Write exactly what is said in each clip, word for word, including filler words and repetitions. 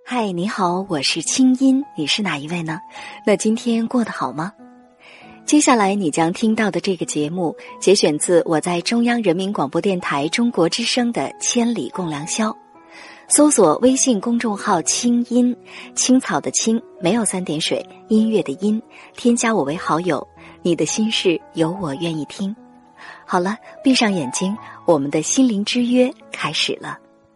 嗨，你好，我是清音，你是哪一位呢？那今天过得好吗？接下来你将听到的这个节目节选自我在中央人民广播电台中国之声的《千里共良宵》，搜索微信公众号清音，青草的青，没有三点水，音乐的音，添加我为好友，你的心事有我愿意听。好了，闭上眼睛，我们的心灵之约开始了。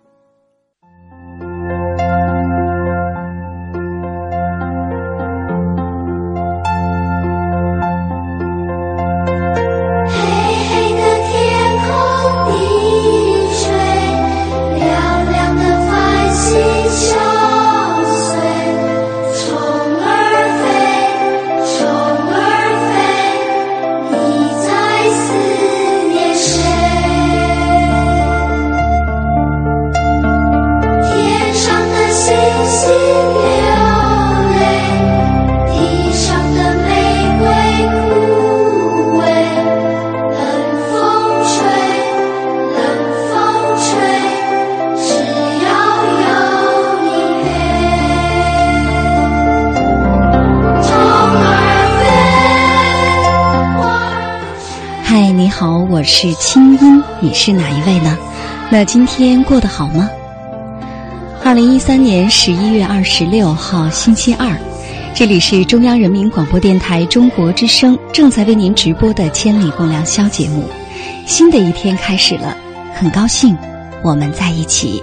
嗨，你好，我是清音，你是哪一位呢？那今天过得好吗？二零一三年十一月二十六号星期二，这里是中央人民广播电台中国之声正在为您直播的《千里共良宵》节目。新的一天开始了，很高兴我们在一起。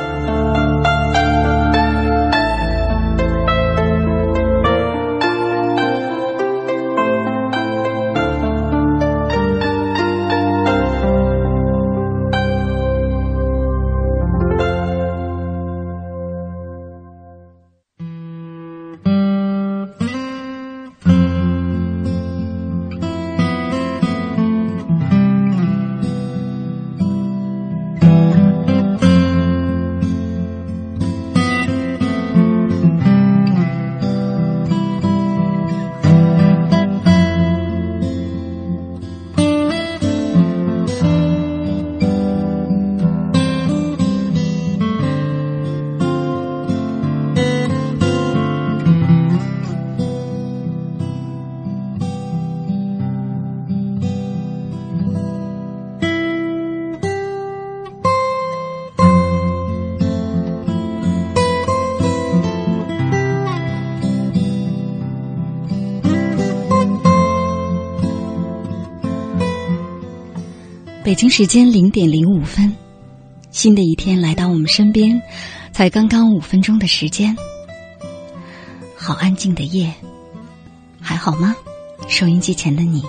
北京时间零点零五分，新的一天来到我们身边，才刚刚五分钟的时间。好安静的夜，还好吗？收音机前的你。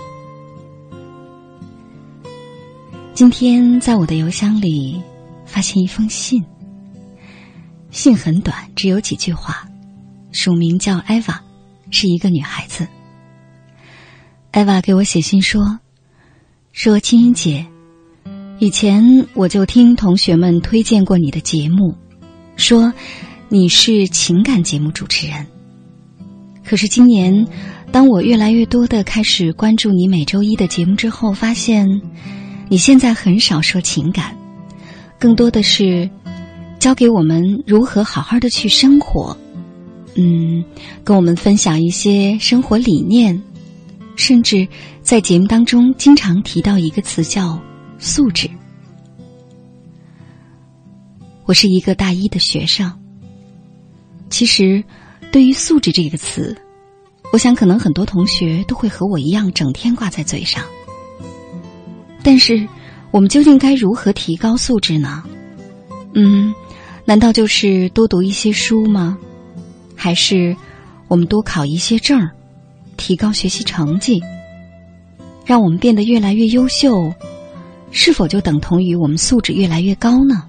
今天在我的邮箱里发现一封信，信很短，只有几句话，署名叫艾娃，是一个女孩子。艾娃给我写信说，说清音姐，以前我就听同学们推荐过你的节目，说你是情感节目主持人。可是今年当我越来越多地开始关注你每周一的节目之后，发现你现在很少说情感，更多的是教给我们如何好好的去生活，嗯，跟我们分享一些生活理念，甚至在节目当中经常提到一个词叫素质。我是一个大一的学生，其实对于素质这个词，我想可能很多同学都会和我一样整天挂在嘴上。但是我们究竟该如何提高素质呢？嗯，难道就是多读一些书吗？还是我们多考一些证，提高学习成绩，让我们变得越来越优秀，是否就等同于我们素质越来越高呢？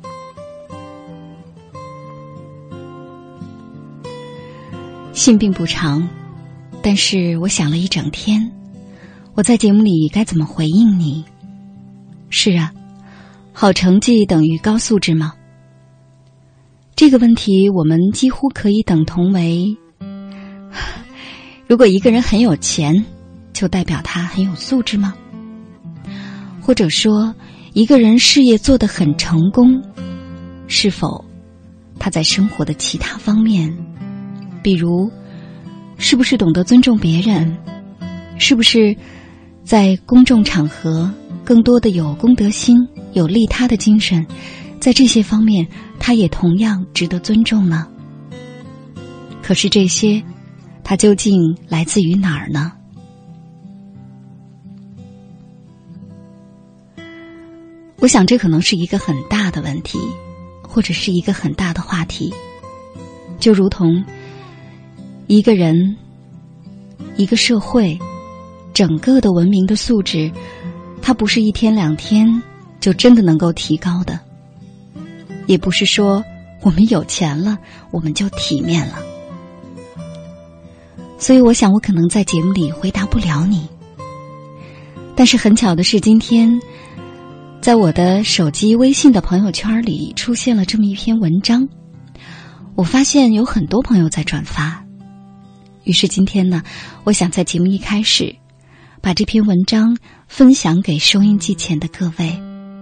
信并不长，但是我想了一整天，我在节目里该怎么回应你？是啊，好成绩等于高素质吗？这个问题我们几乎可以等同为，如果一个人很有钱，就代表他很有素质吗？或者说一个人事业做得很成功，是否他在生活的其他方面，比如是不是懂得尊重别人，是不是在公众场合更多的有公德心，有利他的精神，在这些方面他也同样值得尊重呢？可是这些他究竟来自于哪儿呢？我想这可能是一个很大的问题，或者是一个很大的话题。就如同一个人、一个社会整个的文明的素质，它不是一天两天就真的能够提高的，也不是说我们有钱了我们就体面了。所以我想我可能在节目里回答不了你，但是很巧的是，今天在我的手机微信的朋友圈里出现了这么一篇文章，我发现有很多朋友在转发。于是今天呢，我想在节目一开始把这篇文章分享给收音机前的各位。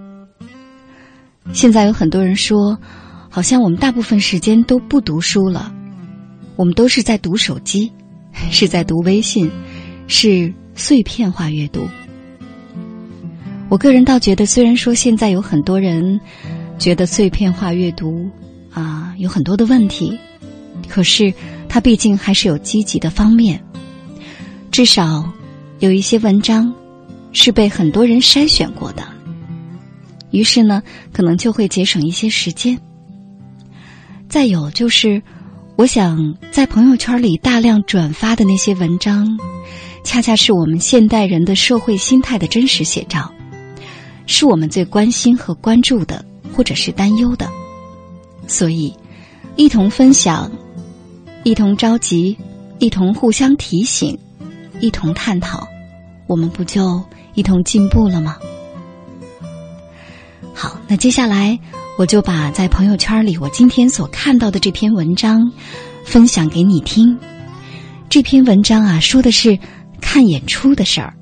现在有很多人说，好像我们大部分时间都不读书了，我们都是在读手机，是在读微信，是碎片化阅读。我个人倒觉得，虽然说现在有很多人觉得碎片化阅读啊有很多的问题，可是它毕竟还是有积极的方面，至少有一些文章是被很多人筛选过的，于是呢可能就会节省一些时间。再有就是我想在朋友圈里大量转发的那些文章，恰恰是我们现代人的社会心态的真实写照，是我们最关心和关注的，或者是担忧的。所以一同分享，一同着急，一同互相提醒，一同探讨，我们不就一同进步了吗？好，那接下来我就把在朋友圈里我今天所看到的这篇文章分享给你听。这篇文章啊，说的是看演出的事儿。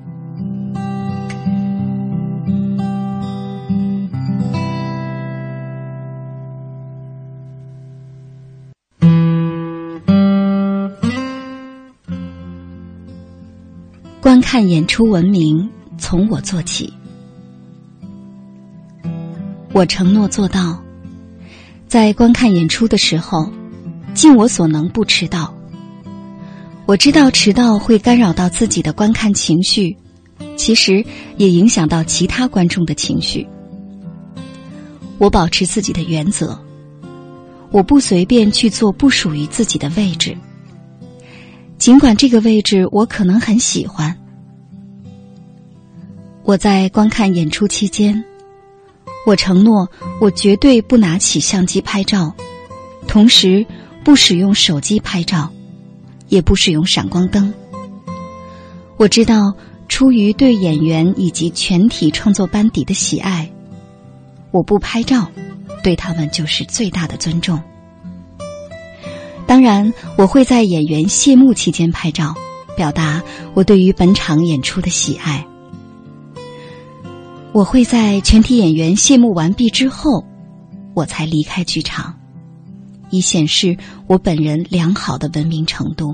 观看演出文明，从我做起。我承诺做到，在观看演出的时候，尽我所能不迟到。我知道迟到会干扰到自己的观看情绪，其实也影响到其他观众的情绪。我保持自己的原则，我不随便去做不属于自己的位置，尽管这个位置我可能很喜欢。我在观看演出期间，我承诺我绝对不拿起相机拍照，同时不使用手机拍照，也不使用闪光灯。我知道出于对演员以及全体创作班底的喜爱，我不拍照对他们就是最大的尊重。当然我会在演员谢幕期间拍照，表达我对于本场演出的喜爱。我会在全体演员谢幕完毕之后，我才离开剧场，以显示我本人良好的文明程度。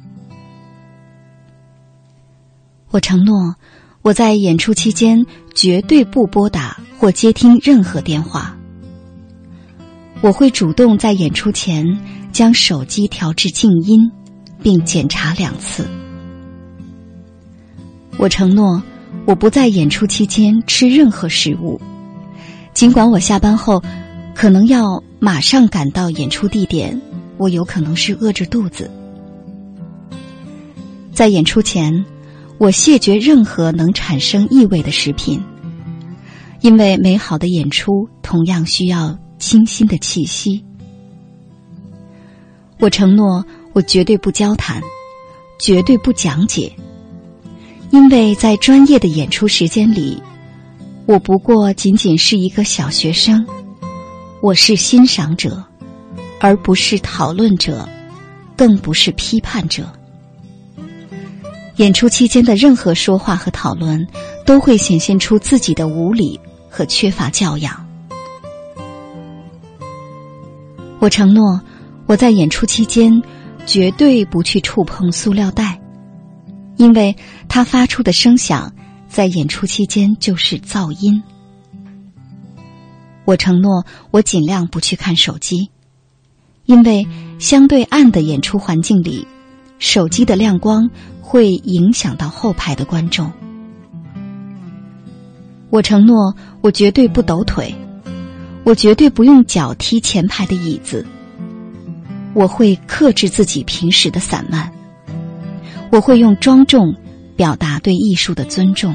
我承诺，我在演出期间绝对不拨打或接听任何电话。我会主动在演出前将手机调至静音，并检查两次。我承诺，我不在演出期间吃任何食物，尽管我下班后可能要马上赶到演出地点，我有可能是饿着肚子。在演出前，我谢绝任何能产生异味的食品，因为美好的演出同样需要清新的气息。我承诺，我绝对不交谈，绝对不讲解，因为在专业的演出时间里，我不过仅仅是一个小学生，我是欣赏者，而不是讨论者，更不是批判者。演出期间的任何说话和讨论，都会显现出自己的无礼和缺乏教养。 我承诺，我在演出期间绝对不去触碰塑料袋，因为它发出的声响在演出期间就是噪音。我承诺，我尽量不去看手机，因为相对暗的演出环境里，手机的亮光会影响到后排的观众。我承诺，我绝对不抖腿，我绝对不用脚踢前排的椅子，我会克制自己平时的散漫，我会用庄重表达对艺术的尊重。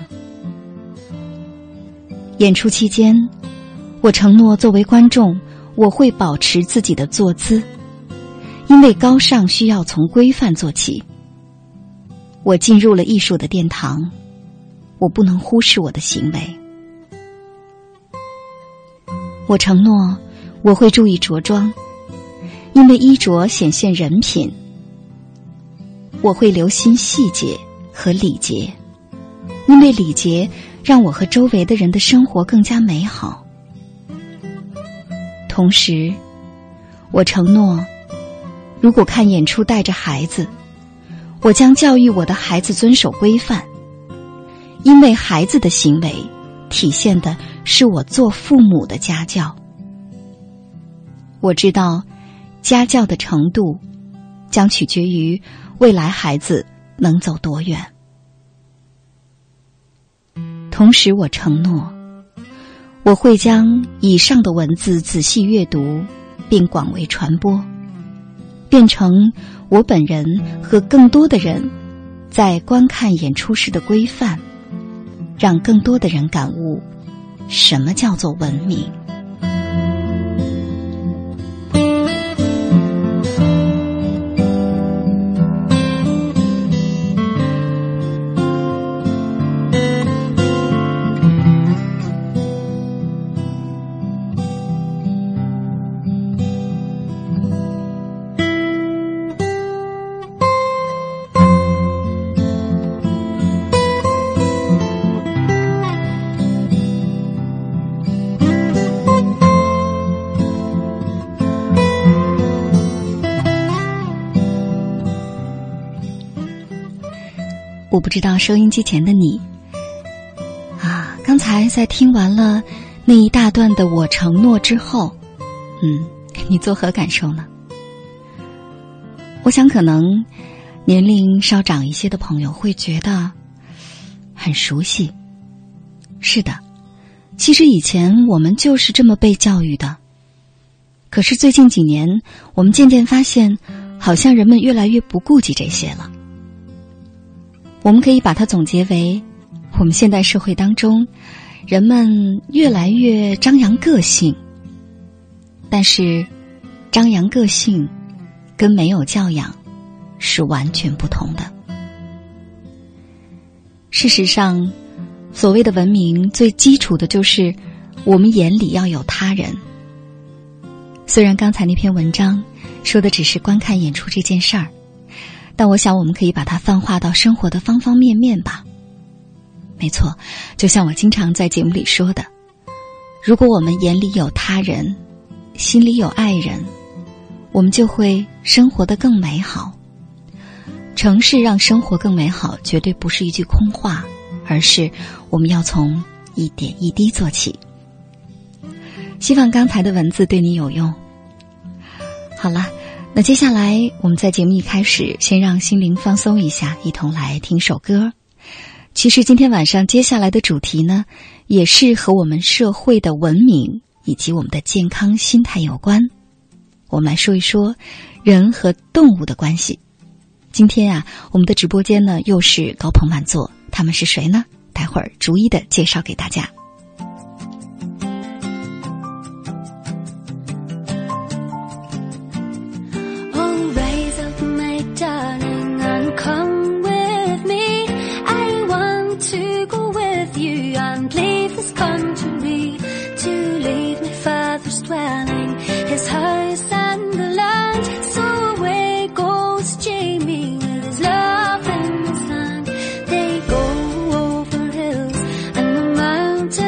演出期间，我承诺作为观众，我会保持自己的坐姿，因为高尚需要从规范做起。我进入了艺术的殿堂，我不能忽视我的行为。我承诺，我会注意着装，因为衣着显现人品。我会留心细节和礼节，因为礼节让我和周围的人的生活更加美好。同时，我承诺，如果看演出带着孩子，我将教育我的孩子遵守规范，因为孩子的行为体现的是我做父母的家教。我知道，家教的程度将取决于未来孩子能走多远。同时，我承诺，我会将以上的文字仔细阅读，并广为传播，变成我本人和更多的人在观看演出时的规范，让更多的人感悟什么叫做文明。我不知道收音机前的你啊，刚才在听完了那一大段的我承诺之后，嗯，你作何感受呢？我想可能年龄稍长一些的朋友会觉得很熟悉。是的，其实以前我们就是这么被教育的，可是最近几年我们渐渐发现，好像人们越来越不顾及这些了。我们可以把它总结为，我们现代社会当中，人们越来越张扬个性，但是张扬个性跟没有教养是完全不同的。事实上，所谓的文明最基础的就是我们眼里要有他人。虽然刚才那篇文章说的只是观看演出这件事儿，但我想我们可以把它泛化到生活的方方面面吧。没错，就像我经常在节目里说的，如果我们眼里有他人，心里有爱人，我们就会生活得更美好。城市让生活更美好，绝对不是一句空话，而是我们要从一点一滴做起。希望刚才的文字对你有用。好了，那接下来我们在节目一开始先让心灵放松一下，一同来听首歌。其实今天晚上接下来的主题呢，也是和我们社会的文明以及我们的健康心态有关。我们来说一说人和动物的关系。今天啊，我们的直播间呢又是高朋满座，他们是谁呢？待会儿逐一的介绍给大家。 His house and the land, so away goes Jamie with his love in the sand. They go over hills and the mountains.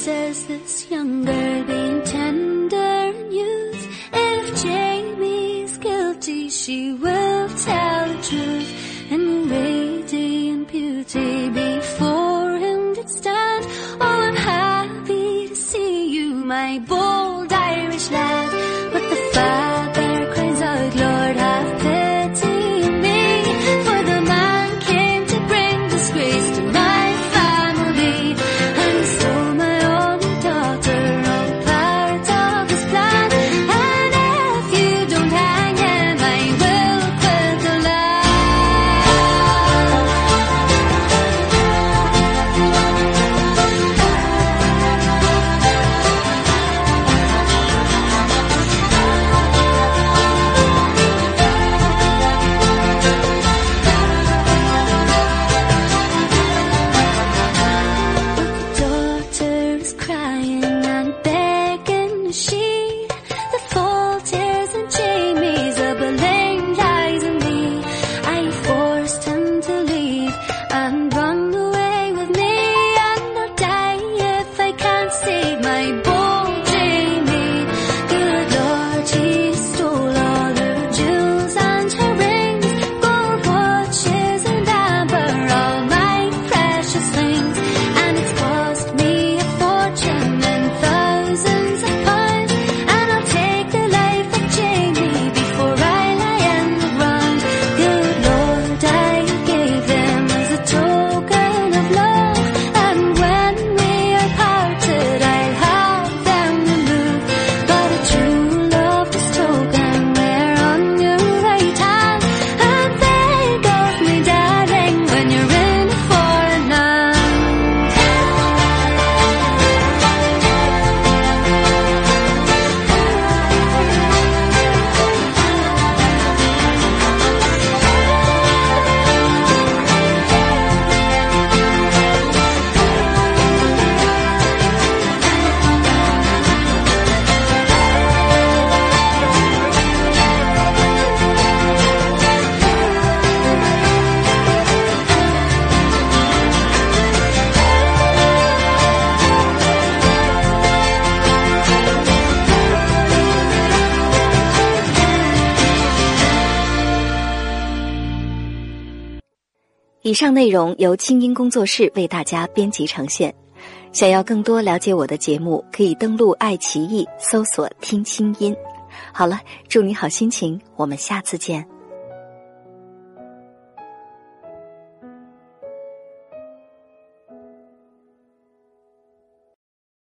says this young girl being tender in youth. If Jamie's guilty, she will tell the truth, and radiant beauty before him did stand. Oh, I'm happy to see you, my bold Irish lad. But the father cries out, Lord, have pity on me, for the man came to bring disgrace to my family, and he stole my only daughter, all part of his plan. And if you don't hang him, I will quit the land. The daughter is crying and begging to sheed the full tears in Jamie's, a blame lies on me. I forced him to leave and run away with me, and I'll die if I can't save my bold Jamie. Good Lord, she stole all her jewels and her rings, gold watches and amber, all my precious things, and it's cost me a fortune and thousands of pounds, and I'll take the life of Jamie before I lie in the ground. Good Lord, I gave them as a token of love, and when we are parted, I'll have them removed. But a true love was token where on your right hand, and think of me, darling, when you're in a foreign land. 以上内容由清音工作室为大家编辑呈现。想要更多了解我的节目，可以登录爱奇艺搜索听清音。好了，祝你好心情，我们下次见。